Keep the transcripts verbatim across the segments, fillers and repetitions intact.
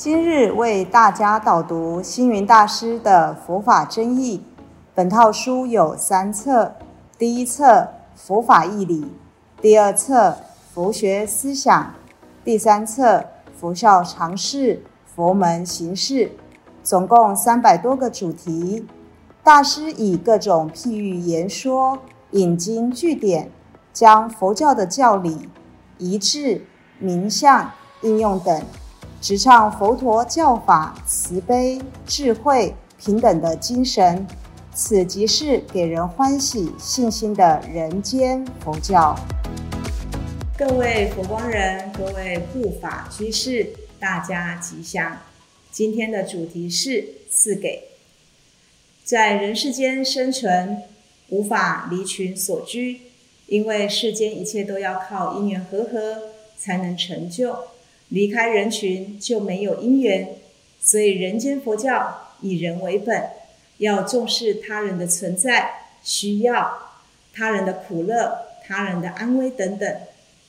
今日为大家导读星云大师的佛法真义。本套书有三册，第一册佛法义理，第二册佛学思想，第三册佛教常识、佛门行事，总共三百多个主题。大师以各种譬喻言说，引经据典，将佛教的教理、仪制、名相、应用等，直唱佛陀教法慈悲、智慧、平等的精神，此即是给人欢喜信心的人间佛教。各位佛光人，各位护法居士，大家吉祥。今天的主题是赐给。在人世间生存，无法离群所居，因为世间一切都要靠因缘和合才能成就，离开人群就没有因缘。所以人间佛教以人为本，要重视他人的存在、需要、他人的苦乐、他人的安危等等。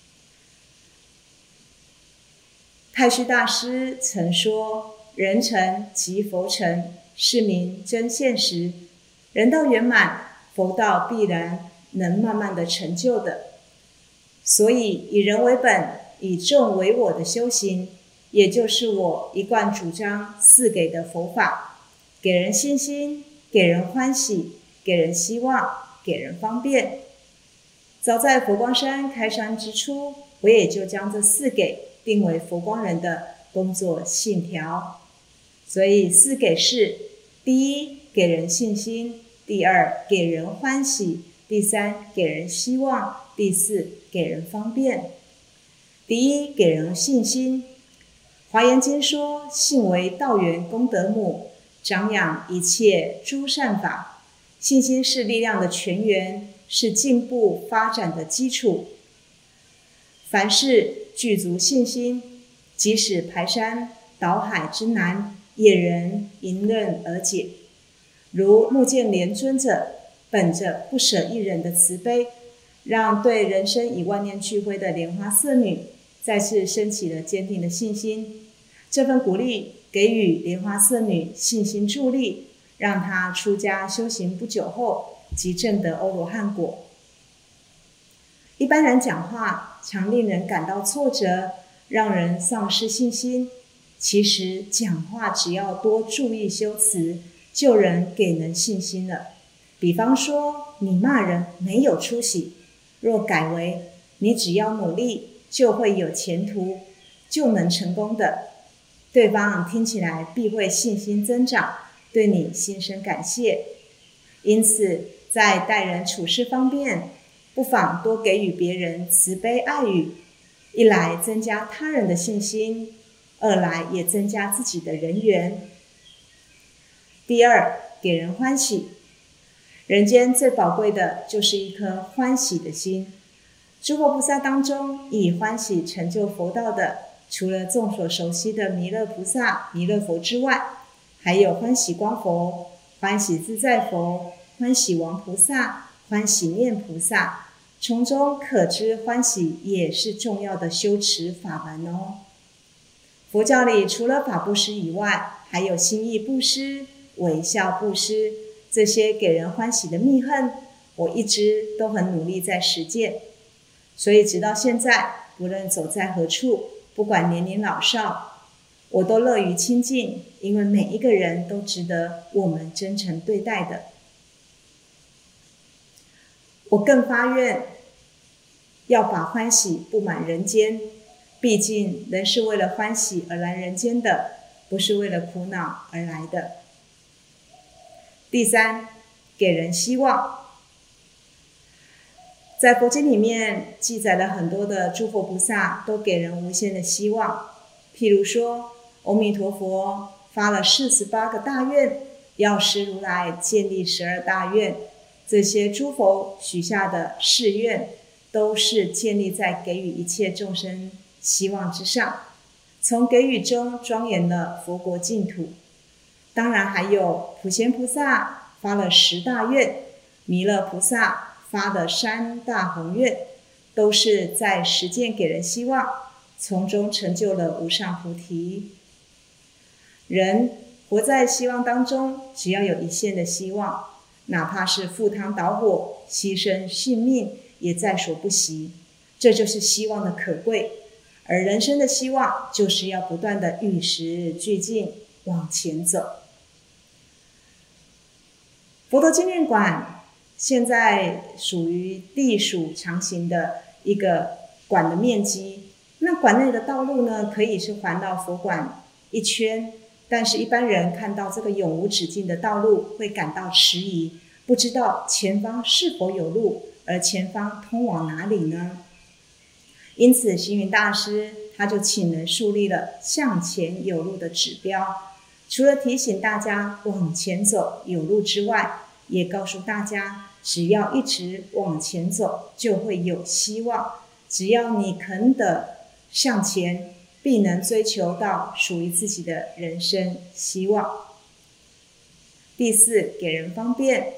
太虚大师曾说，人成即佛成，是名真现实。人道圆满，佛道必然能慢慢的成就的。所以以人为本，以众为我的修行，也就是我一贯主张赐给的佛法，给人信心，给人欢喜，给人希望，给人方便。早在佛光山开山之初，我也就将这四给定为佛光人的工作信条。所以四给是：第一，给人信心；第二，给人欢喜；第三，给人希望；第四，给人方便。第一，给人信心。华严经说，信为道源功德母，长养一切诸善法。信心是力量的泉源，是进步发展的基础。凡事具足信心，即使排山倒海之难，也仍迎刃而解。如目犍连尊者本着不舍一人的慈悲，让对人生以万念俱灰的莲花色女再次升起了坚定的信心。这份鼓励给予莲花色女信心助力，让她出家修行不久后即证得欧罗汉果。一般人讲话常令人感到挫折，让人丧失信心。其实讲话只要多注意修辞，就能给人信心了。比方说，你骂人没有出息，若改为你只要努力就会有前途，就能成功的，对方听起来必会信心增长，对你心生感谢。因此在待人处事方面，不妨多给予别人慈悲爱语，一来增加他人的信心，二来也增加自己的人缘。第二，给人欢喜。人间最宝贵的就是一颗欢喜的心。诸佛菩萨当中，以欢喜成就佛道的，除了众所熟悉的弥勒菩萨、弥勒佛之外，还有欢喜光佛、欢喜自在佛、欢喜王菩萨、欢喜念菩萨。从中可知，欢喜也是重要的修持法门哦。佛教里除了法布施以外，还有心意布施、微笑布施，这些给人欢喜的密恨，我一直都很努力在实践。所以直到现在，不论走在何处，不管年龄老少，我都乐于亲近，因为每一个人都值得我们真诚对待的。我更发愿要把欢喜布满人间，毕竟人是为了欢喜而来人间的，不是为了苦恼而来的。第三，给人希望。在佛经里面记载了很多的诸佛菩萨都给人无限的希望，譬如说阿弥陀佛发了四十八个大愿，药师如来建立十二大愿，这些诸佛许下的誓愿都是建立在给予一切众生希望之上，从给予中庄严了佛国净土。当然还有普贤菩萨发了十大愿，弥勒菩萨发的三大宏愿，都是在实践给人希望，从中成就了无上菩提。 人活在希望当中，只要有一线的希望，哪怕是赴汤蹈火，牺牲性命也在所不惜。这就是希望的可贵。而人生的希望就是要不断的与时俱进，往前走。佛陀纪念馆现在属于地属长形的一个馆的面积，那馆内的道路呢，可以是环绕佛馆一圈，但是一般人看到这个永无止境的道路会感到迟疑，不知道前方是否有路，而前方通往哪里呢？因此星云大师他就请人树立了向前有路的指标，除了提醒大家往前走有路之外，也告诉大家只要一直往前走就会有希望，只要你肯的向前，必能追求到属于自己的人生希望。第四，给人方便。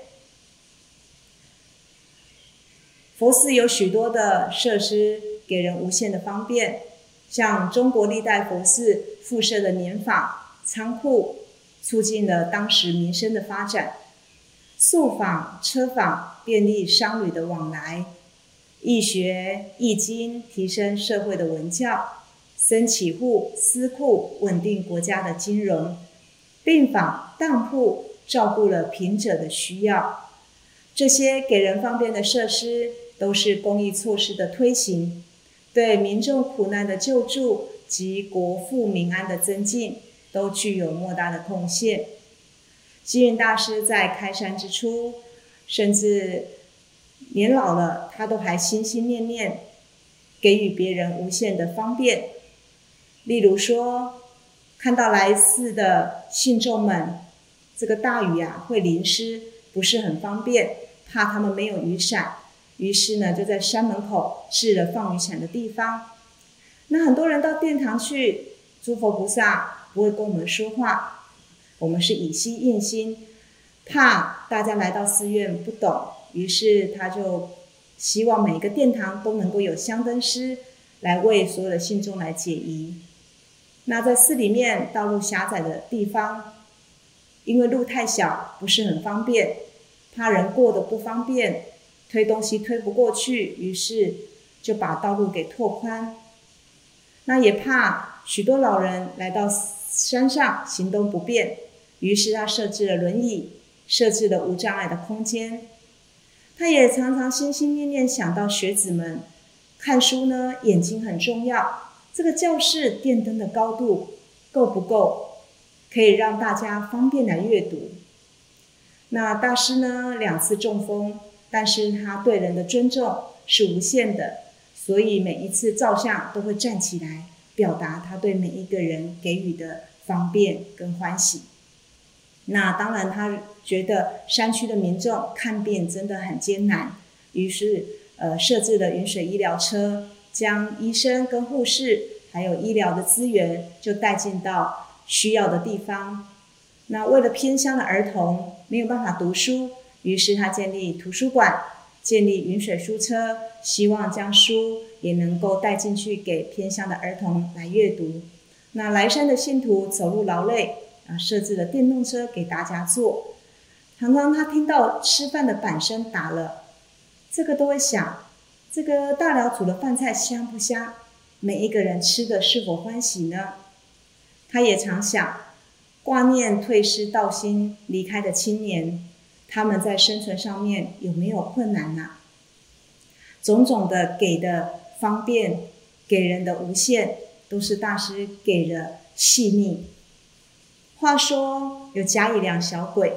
佛寺有许多的设施给人无限的方便，像中国历代佛寺附设的年坊、仓库，促进了当时民生的发展；宿坊、车坊便利商旅的往来；易学、易经提升社会的文教；僧起户、司库稳定国家的金融；病房、当铺照顾了贫者的需要。这些给人方便的设施都是公益措施的推行，对民众苦难的救助及国富民安的增进都具有莫大的贡献。星云大师在开山之初，甚至年老了，他都还心心念念给予别人无限的方便。例如说，看到来寺的信众们，这个大雨啊会淋湿，不是很方便，怕他们没有雨伞，于是呢就在山门口置了放雨伞的地方。那很多人到殿堂去，诸佛菩萨不会跟我们说话，我们是以心印心，怕大家来到寺院不懂，于是他就希望每一个殿堂都能够有香灯师来为所有的信众来解疑。那在寺里面道路狭窄的地方，因为路太小不是很方便，怕人过得不方便，推东西推不过去，于是就把道路给拓宽。那也怕许多老人来到山上行动不便，于是他设置了轮椅，设置了无障碍的空间。他也常常心心念念想到学子们看书呢，眼睛很重要，这个教室电灯的高度够不够，可以让大家方便来阅读。那大师呢两次中风，但是他对人的尊重是无限的，所以每一次照相都会站起来，表达他对每一个人给予的方便跟欢喜。那当然他觉得山区的民众看病真的很艰难，于是呃设置了云水医疗车，将医生跟护士还有医疗的资源就带进到需要的地方。那为了偏乡的儿童没有办法读书，于是他建立图书馆，建立云水书车，希望将书也能够带进去给偏乡的儿童来阅读。那来山的信徒走路劳累，啊，设置了电动车给大家坐。常常他听到吃饭的板声打了，这个都会想，这个大寮煮的饭菜香不香？每一个人吃的是否欢喜呢？他也常想，挂念退师道心离开的青年，他们在生存上面有没有困难啊？种种的给的方便，给人的无限，都是大师给了细腻。话说有甲乙两小鬼，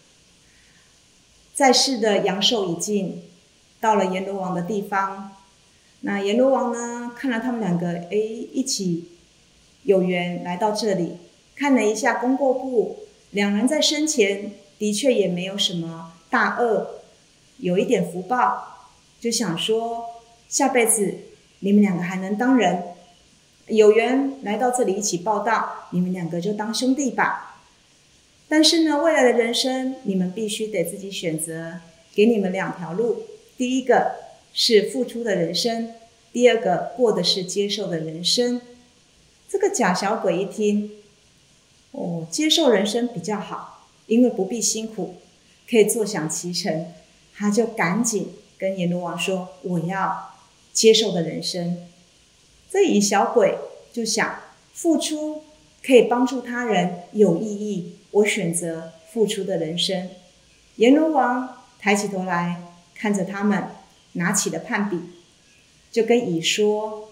在世的阳寿已尽，到了阎罗王的地方。那阎罗王呢，看了他们两个，哎，一起有缘来到这里，看了一下功过簿，两人在生前的确也没有什么大恶，有一点福报，就想说下辈子你们两个还能当人，有缘来到这里一起报道，你们两个就当兄弟吧。但是呢，未来的人生你们必须得自己选择，给你们两条路，第一个是付出的人生，第二个过的是接受的人生。这个假小鬼一听， 哦，接受人生比较好，因为不必辛苦，可以坐享其成。他就赶紧跟阎罗王说：“我要接受的人生。”这乙小鬼就想，付出可以帮助他人，有意义，我选择付出的人生。阎罗王抬起头来看着他们，拿起了判笔，就跟乙说：“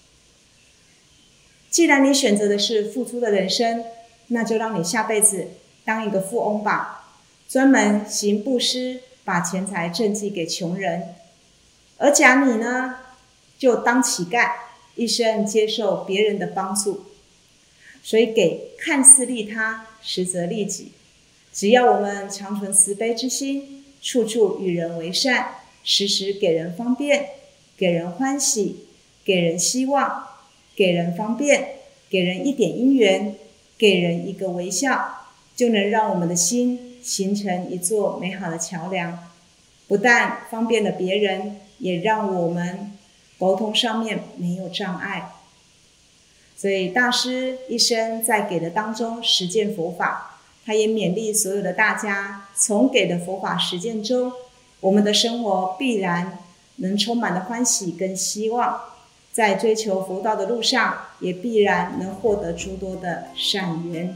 既然你选择的是付出的人生，那就让你下辈子当一个富翁吧，专门行布施，把钱财赈济给穷人。而甲你呢，就当乞丐，一生接受别人的帮助。所以给看似利他，实则利己。只要我们常存慈悲之心，处处与人为善，时时给人方便，给人欢喜，给人希望，给人方便，给人一点因缘，给人一个微笑，就能让我们的心形成一座美好的桥梁。不但方便了别人，也让我们沟通上面没有障碍。”所以大师一生在给的当中实践佛法，他也勉励所有的大家，从给的佛法实践中，我们的生活必然能充满了欢喜跟希望，在追求佛道的路上，也必然能获得诸多的善缘。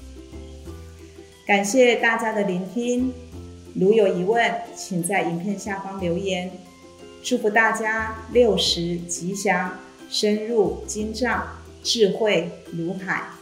感谢大家的聆听，如有疑问，请在影片下方留言。祝福大家六十吉祥，深入经藏，智慧如海。